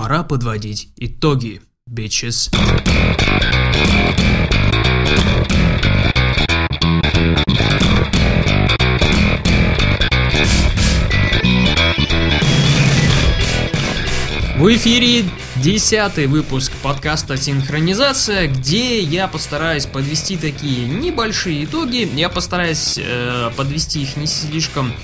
пора подводить итоги, bitches. В эфире 10-й выпуск подкаста «Синхронизация», где я постараюсь подвести такие небольшие итоги. Я постараюсь подвести их не слишком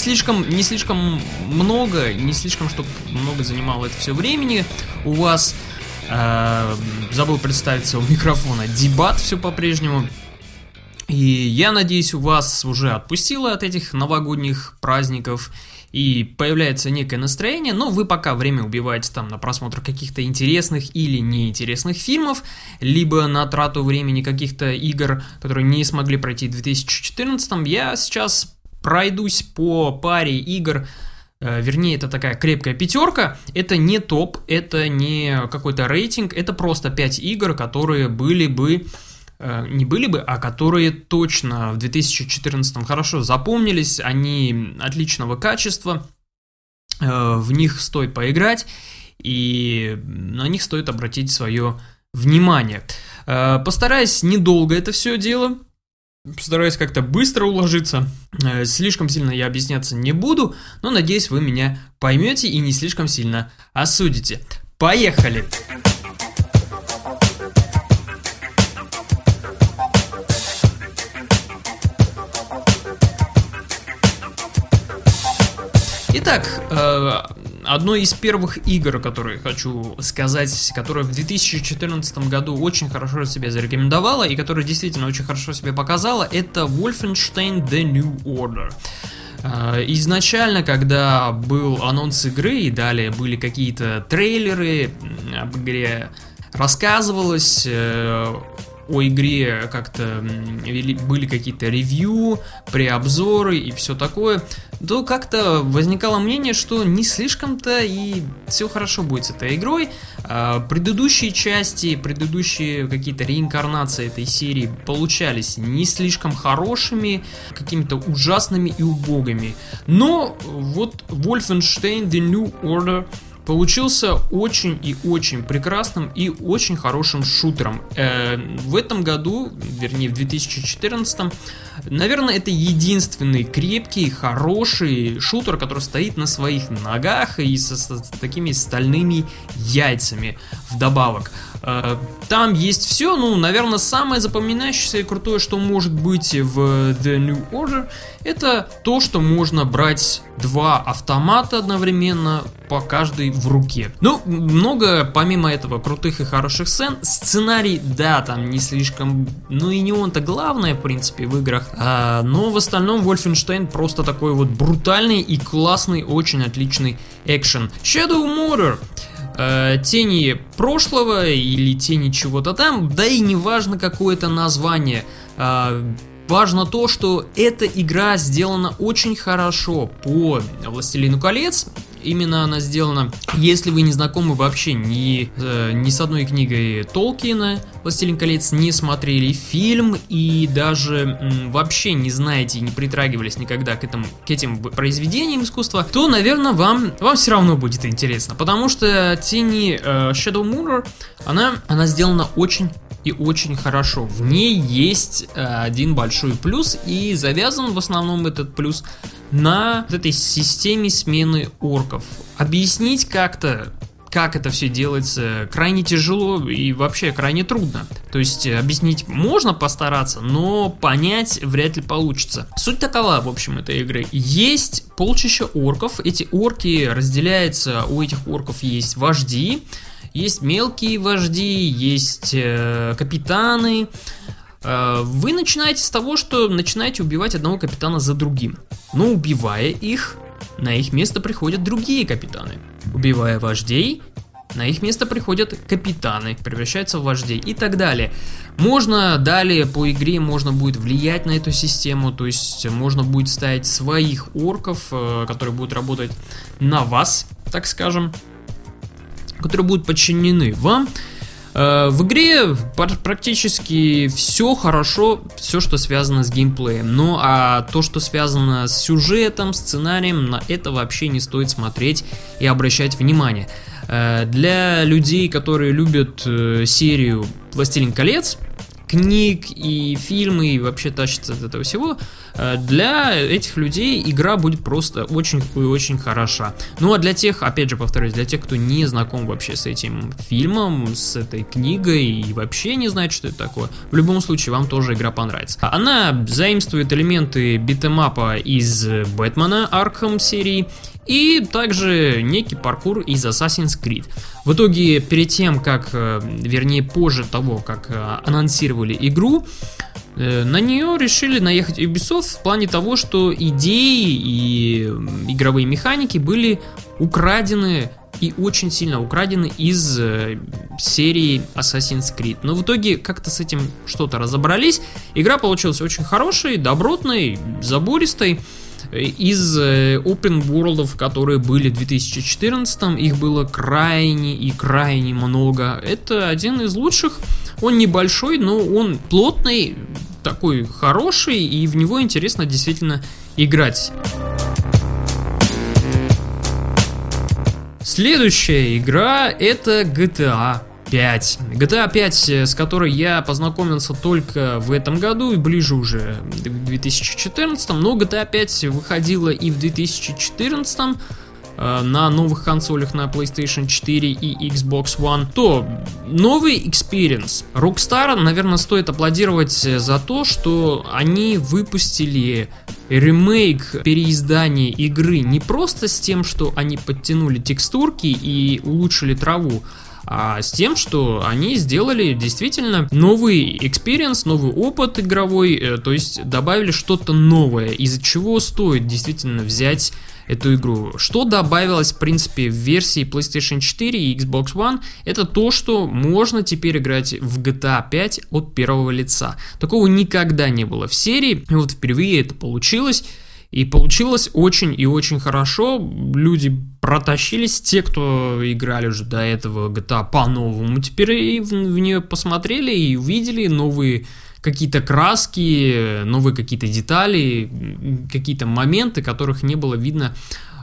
много, не слишком, чтобы много занимало это все времени. У вас, забыл представиться, у микрофона Дебат все по-прежнему. И я надеюсь, у вас уже отпустило от этих новогодних праздников и появляется некое настроение, но вы пока время убиваете там на просмотр каких-то интересных или неинтересных фильмов, либо на трату времени каких-то игр, которые не смогли пройти в 2014. Я сейчас пройдусь по паре игр, вернее, это такая крепкая пятерка. Это не топ, это не какой-то рейтинг, это просто 5 игр, которые которые точно в 2014 хорошо запомнились, они отличного качества, в них стоит поиграть, и на них стоит обратить свое внимание. Постараюсь недолго это все дело, постараюсь как-то быстро уложиться, слишком сильно я объясняться не буду, но надеюсь, вы меня поймете и не слишком сильно осудите. Поехали! Итак, одной из первых игр, которые хочу сказать, которая в 2014 году очень хорошо себя зарекомендовала и которая действительно очень хорошо себя показала, это Wolfenstein The New Order. Изначально, когда был анонс игры и далее были какие-то трейлеры, об игре рассказывалось, о игре как-то были какие-то ревью, преобзоры и все такое, то как-то возникало мнение, что не слишком-то и все хорошо будет с этой игрой. Предыдущие части, предыдущие какие-то реинкарнации этой серии получались не слишком хорошими, какими-то ужасными и убогими. Но вот Wolfenstein The New Order получился очень и очень прекрасным и очень хорошим шутером. В этом году, вернее в 2014, наверное, это единственный крепкий, хороший шутер, который стоит на своих ногах и с такими стальными яйцами вдобавок. Там есть все, наверное, самое запоминающееся и крутое, что может быть в The New Order, это то, что можно брать 2 автомата одновременно, по каждой в руке. Много помимо этого крутых и хороших сцен. Сценарий, да, там не слишком, и не он-то главное, в принципе, в играх, но в остальном Wolfenstein просто такой вот брутальный и классный, очень отличный экшен. Shadow Mordor. Тени прошлого или тени чего-то там, да и не важно какое это название, важно то, что эта игра сделана очень хорошо по Властелину колец. Именно она сделана, если вы не знакомы вообще ни с одной книгой Толкиена «Властелин колец», не смотрели фильм и даже вообще не знаете и не притрагивались никогда к этим произведениям искусства, то, наверное, вам все равно будет интересно, потому что тени Shadow Mordor, она сделана очень и очень хорошо. В ней есть один большой плюс, и завязан в основном этот плюс на этой системе смены орков. Объяснить как-то, как это все делается, крайне тяжело и вообще крайне трудно. То есть объяснить можно постараться, но понять вряд ли получится. Суть такова, в общем, этой игры. Есть полчища орков. Эти орки разделяются, у этих орков есть вожди, есть мелкие вожди, есть капитаны. Вы начинаете с того, что начинаете убивать одного капитана за другим. Но убивая их, на их место приходят другие капитаны. Убивая вождей, на их место приходят капитаны, превращаются в вождей и так далее. Можно далее по игре можно будет влиять на эту систему, то есть можно будет ставить своих орков, которые будут работать на вас, так скажем, которые будут подчинены вам. В игре практически все хорошо, все, что связано с геймплеем. Ну а то, что связано с сюжетом, сценарием, на это вообще не стоит смотреть и обращать внимание. Для людей, которые любят серию «Властелин колец», книг и фильмы, и вообще тащится от этого всего, для этих людей игра будет просто очень и очень хороша. Ну а для тех, опять же повторюсь, для тех, кто не знаком вообще с этим фильмом, с этой книгой и вообще не знает, что это такое, в любом случае вам тоже игра понравится. Она заимствует элементы битэмапа из Бэтмена Arkham серии и также некий паркур из Assassin's Creed. В итоге, перед тем, вернее позже того, как анонсировали игру, на нее решили наехать Ubisoft в плане того, что идеи и игровые механики были украдены и очень сильно украдены из серии Assassin's Creed. Но в итоге как-то с этим что-то разобрались. Игра получилась очень хорошей, добротной, забористой. Из open world'ов, которые были в 2014, их было крайне и крайне много. Это один из лучших. Он небольшой, но он плотный, такой хороший, и в него интересно действительно играть. Следующая игра — это GTA 5. GTA 5, с которой я познакомился только в этом году и ближе уже в 2014, но GTA 5 выходила и в 2014 на новых консолях, на PlayStation 4 и Xbox One. То новый experience. Rockstar, наверное, стоит аплодировать за то, что они выпустили ремейк, переиздание игры не просто с тем, что они подтянули текстурки и улучшили траву, а с тем, что они сделали действительно новый экспириенс, новый опыт игровой, то есть добавили что-то новое, из-за чего стоит действительно взять эту игру. Что добавилось, в принципе, в версии PlayStation 4 и Xbox One, это то, что можно теперь играть в GTA 5 от первого лица. Такого никогда не было в серии, и вот впервые это получилось. И получилось очень и очень хорошо. Люди протащились, те, кто играли уже до этого GTA по-новому, теперь и в нее посмотрели и увидели новые какие-то краски, новые какие-то детали, какие-то моменты, которых не было видно,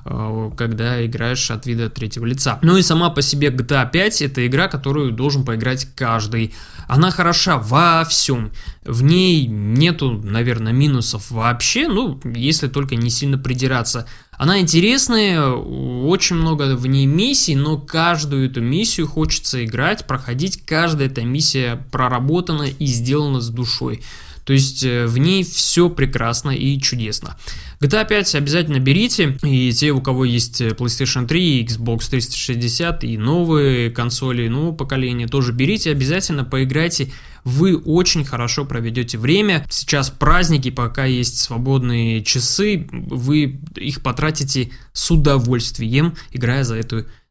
когда играешь от вида третьего лица. Ну и сама по себе GTA 5 это игра, которую должен поиграть каждый. Она хороша во всем. В ней нету, наверное, минусов вообще, ну, если только не сильно придираться. Она интересная, очень много в ней миссий, но каждую эту миссию хочется играть, проходить. Каждая эта миссия проработана и сделана с душой. То есть в ней все прекрасно и чудесно. GTA 5 обязательно берите, и те, у кого есть PlayStation 3, Xbox 360 и новые консоли нового поколения, тоже берите, обязательно поиграйте. Вы очень хорошо проведете время. Сейчас праздники, пока есть свободные часы, вы их потратите с удовольствием, играя за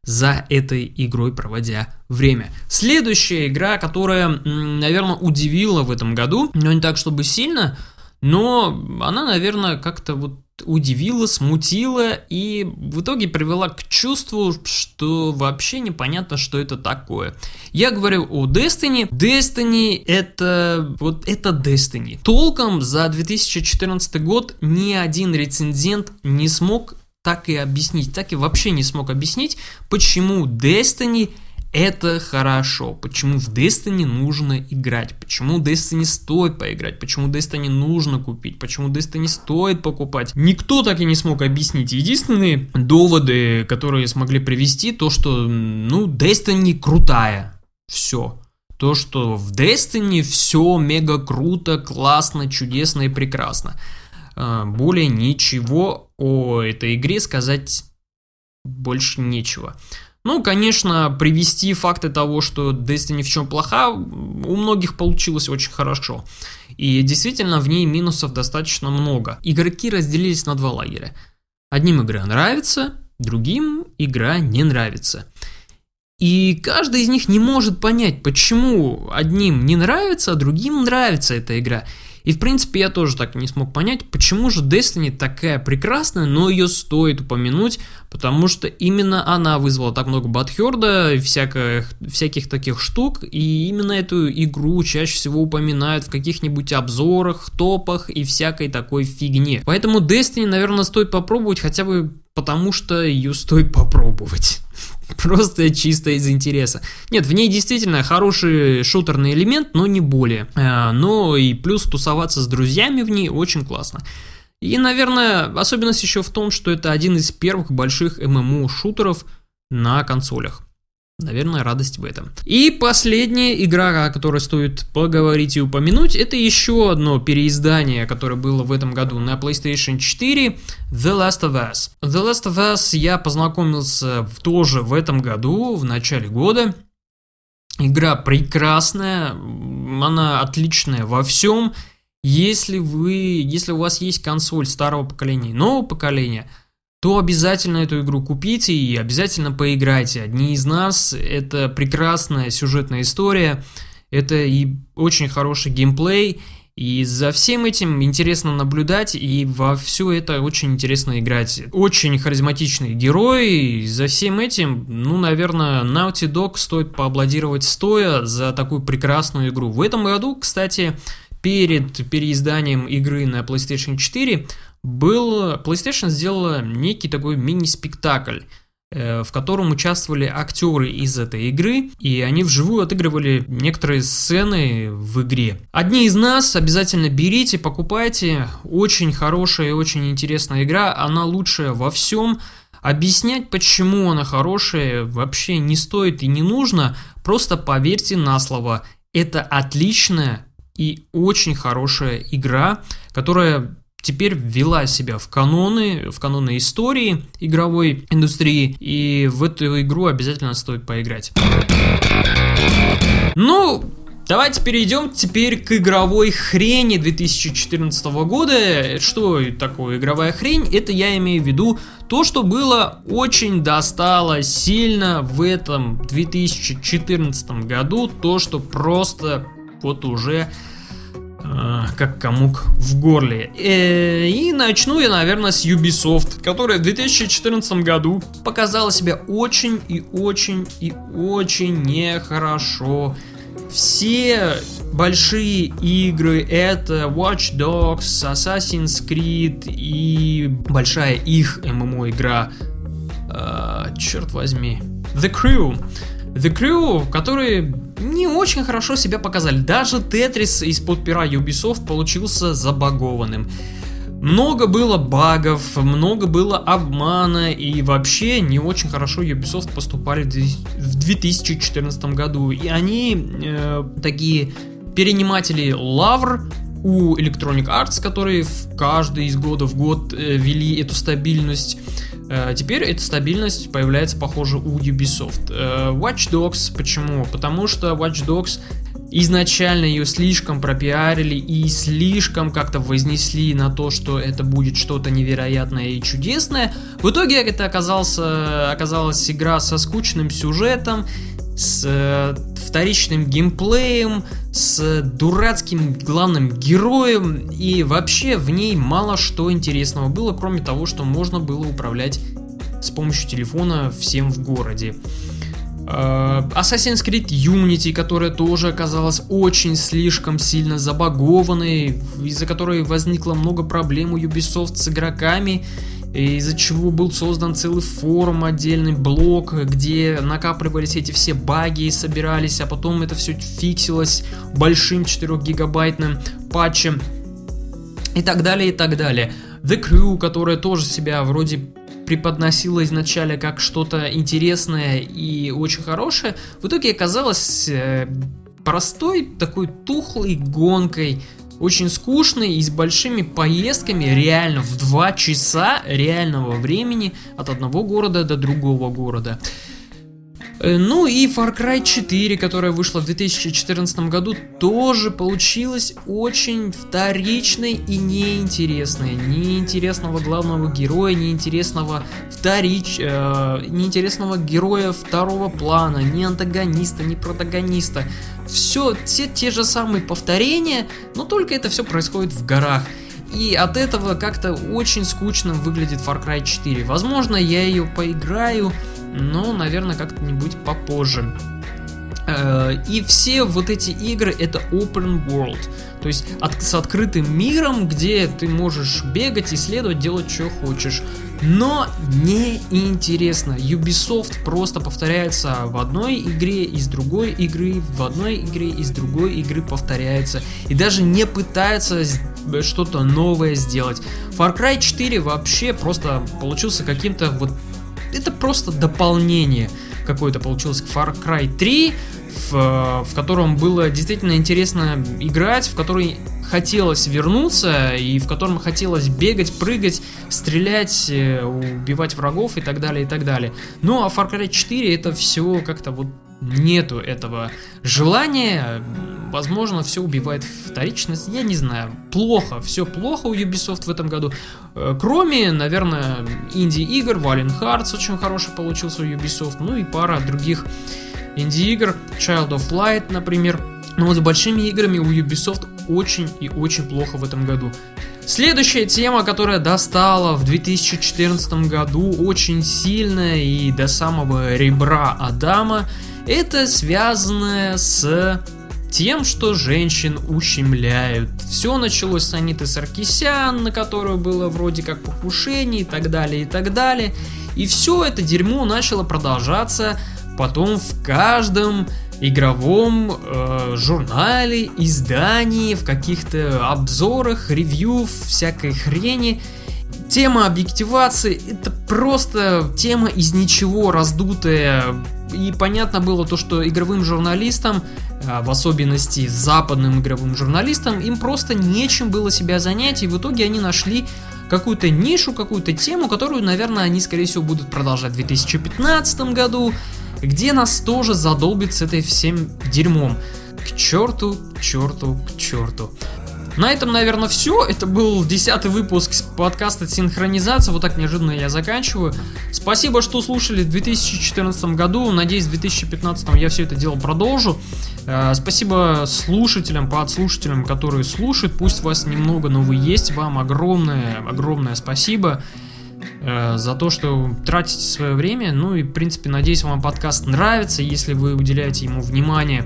этой игрой, проводя время. Следующая игра, которая, наверное, удивила в этом году, но не так, чтобы сильно, но она, наверное, как-то вот удивила, смутила и в итоге привела к чувству, что вообще непонятно, что это такое. Я говорю о Destiny. Destiny это Destiny. Толком за 2014 год ни один рецензент не смог так и вообще не смог объяснить, почему Destiny это хорошо, почему в Destiny нужно играть, почему Destiny стоит поиграть, почему Destiny нужно купить, почему Destiny стоит покупать. Никто так и не смог объяснить. Единственные доводы, которые смогли привести, то, что, Destiny крутая. Все. То, что в Destiny все мега круто, классно, чудесно и прекрасно. Более ничего о этой игре сказать больше нечего. Конечно, привести факты того, что Destiny в чем плоха, у многих получилось очень хорошо. И действительно, в ней минусов достаточно много. Игроки разделились на два лагеря. Одним игра нравится, другим игра не нравится. И каждый из них не может понять, почему одним не нравится, а другим нравится эта игра. И в принципе я тоже так и не смог понять, почему же Destiny такая прекрасная, но ее стоит упомянуть, потому что именно она вызвала так много бадхерда, всяких таких штук, и именно эту игру чаще всего упоминают в каких-нибудь обзорах, топах и всякой такой фигне. Поэтому Destiny, наверное, стоит попробовать хотя бы потому, что ее стоит попробовать. Просто чисто из интереса. Нет, в ней действительно хороший шутерный элемент, но не более. Но и плюс тусоваться с друзьями в ней очень классно. И, наверное, особенность еще в том, что это один из первых больших ММО-шутеров на консолях. Наверное, радость в этом. И последняя игра, о которой стоит поговорить и упомянуть, это еще одно переиздание, которое было в этом году на PlayStation 4, The Last of Us. The Last of Us я познакомился тоже в этом году, в начале года. Игра прекрасная, она отличная во всем. Если у вас есть консоль старого поколения и нового поколения, то обязательно эту игру купите и обязательно поиграйте. Одни из нас — это прекрасная сюжетная история, это и очень хороший геймплей, и за всем этим интересно наблюдать, и во все это очень интересно играть. Очень харизматичный герой, и за всем этим, наверное, Naughty Dog стоит поаплодировать стоя за такую прекрасную игру. В этом году, кстати, перед переизданием игры на PlayStation 4 PlayStation сделала некий такой мини-спектакль, в котором участвовали актеры из этой игры, и они вживую отыгрывали некоторые сцены в игре. Одни из нас обязательно берите, покупайте. Очень хорошая и очень интересная игра, она лучшая во всем. Объяснять, почему она хорошая, вообще не стоит и не нужно, просто поверьте на слово. Это отличная и очень хорошая игра, которая теперь ввела себя в каноны истории игровой индустрии, и в эту игру обязательно стоит поиграть. Давайте перейдем теперь к игровой хрени 2014 года. Что такое игровая хрень? Это я имею в виду то, что было очень достало сильно в этом 2014 году, то, что просто вот уже как комок в горле. И начну я, наверное, с Ubisoft, которая в 2014 году показала себя очень и очень и очень нехорошо. Все большие игры, это Watch Dogs, Assassin's Creed и большая их ММО-игра, черт возьми, The Crew, которые не очень хорошо себя показали. Даже Tetris из-под пера Ubisoft получился забагованным. Много было багов, много было обмана, и вообще не очень хорошо Ubisoft поступали в 2014 году. И они такие перениматели лавр у Electronic Arts, которые каждый из года в год вели эту стабильность. Теперь эта стабильность появляется, похоже, у Ubisoft. Watch Dogs, почему? Потому что Watch Dogs изначально ее слишком пропиарили и слишком как-то вознесли на то, что это будет что-то невероятное и чудесное. В итоге это оказалась игра со скучным сюжетом, с вторичным геймплеем, с дурацким главным героем, и вообще в ней мало что интересного было, кроме того, что можно было управлять с помощью телефона всем в городе. Assassin's Creed Unity, которая тоже оказалась очень слишком сильно забагованной, из-за которой возникло много проблем у Ubisoft с игроками, из-за чего был создан целый форум, отдельный блок, где накапливались эти все баги и собирались, а потом это все фиксилось большим 4-гигабайтным патчем и так далее, и так далее. The Crew, которая тоже себя вроде преподносила изначально как что-то интересное и очень хорошее, в итоге оказалась простой, такой тухлой гонкой, очень скучный и с большими поездками, реально в 2 часа реального времени от одного города до другого города. Ну и Far Cry 4, которая вышла в 2014 году, тоже получилась очень вторичной и неинтересной. Неинтересного главного героя, неинтересного героя второго плана, ни антагониста, ни протагониста. Все те же самые повторения, но только это все происходит в горах. И от этого как-то очень скучно выглядит Far Cry 4. Возможно, я ее поиграю, но, наверное, как-нибудь попозже. И все вот эти игры — это open world. То есть с открытым миром, где ты можешь бегать, исследовать, делать, что хочешь. Но не интересно. Ubisoft просто повторяется в одной игре из другой игры, в одной игре из другой игры повторяется. И даже не пытается что-то новое сделать. Far Cry 4 вообще просто получился каким-то вот... Это просто дополнение какое-то получилось к Far Cry 3, в котором было действительно интересно играть, в который хотелось вернуться и в котором хотелось бегать, прыгать, стрелять, убивать врагов и так далее, и так далее. Ну а Far Cry 4 это все как-то вот нету этого желания, возможно, все убивает вторичность, я не знаю, плохо, все плохо у Ubisoft в этом году, кроме, наверное, инди-игр, Valiant Hearts очень хороший получился у Ubisoft, ну и пара других инди-игр, Child of Light, например. Но вот с большими играми у Ubisoft очень и очень плохо в этом году. Следующая тема, которая достала в 2014 году очень сильно и до самого ребра Адама, это связано с тем, что женщин ущемляют. Все началось с Аниты Саркисян, на которую было вроде как покушение и так далее, и так далее. И все это дерьмо начало продолжаться потом в каждом игровом журнале, издании, в каких-то обзорах, ревью, всякой хрени. Тема объективации — это просто тема из ничего раздутая. И понятно было то, что игровым журналистам, в особенности западным игровым журналистам, им просто нечем было себя занять, и в итоге они нашли какую-то нишу, какую-то тему, которую, наверное, они, скорее всего, будут продолжать в 2015 году, где нас тоже задолбит с этой всем дерьмом. К черту, к черту, к черту. На этом, наверное, все. Это был 10-й выпуск подкаста «Синхронизация». Вот так неожиданно я заканчиваю. Спасибо, что слушали в 2014 году. Надеюсь, в 2015 я все это дело продолжу. Спасибо слушателям, подслушателям, которые слушают. Пусть вас немного, но вы есть. Вам огромное спасибо за то, что тратите свое время. Ну и, в принципе, надеюсь, вам подкаст нравится, если вы уделяете ему внимание.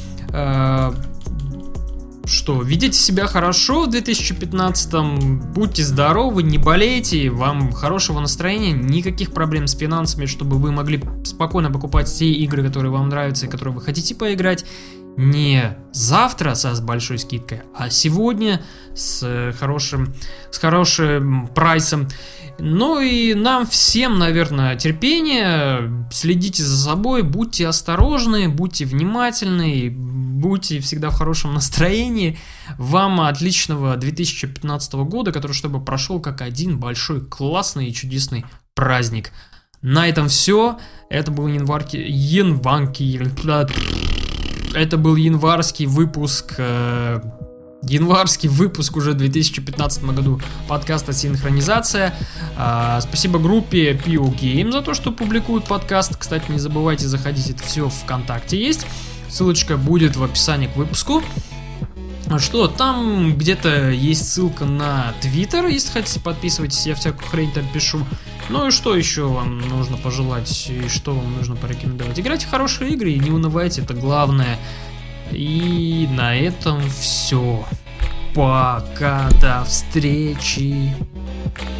Что, ведите себя хорошо в 2015-м, будьте здоровы, не болейте, вам хорошего настроения, никаких проблем с финансами, чтобы вы могли спокойно покупать те игры, которые вам нравятся и которые вы хотите поиграть. Не завтра с большой скидкой, а сегодня с хорошим прайсом. Ну и нам всем, наверное, терпения, следите за собой, будьте осторожны, будьте внимательны, будьте всегда в хорошем настроении. Вам отличного 2015 года, который чтобы прошел как один большой классный и чудесный праздник. На этом все. Это был январский выпуск. Январский выпуск уже в 2015 году подкаста «Синхронизация». Спасибо группе PO Game за то, что публикуют подкаст. Кстати, не забывайте заходить, это все в ВКонтакте есть. Ссылочка будет в описании к выпуску. Что, там где-то есть ссылка на Твиттер, если хотите, подписывайтесь, я всякую хрень там пишу. Ну и что еще вам нужно пожелать, и что вам нужно порекомендовать? Играйте в хорошие игры и не унывайте, это главное. И на этом все. Пока, до встречи.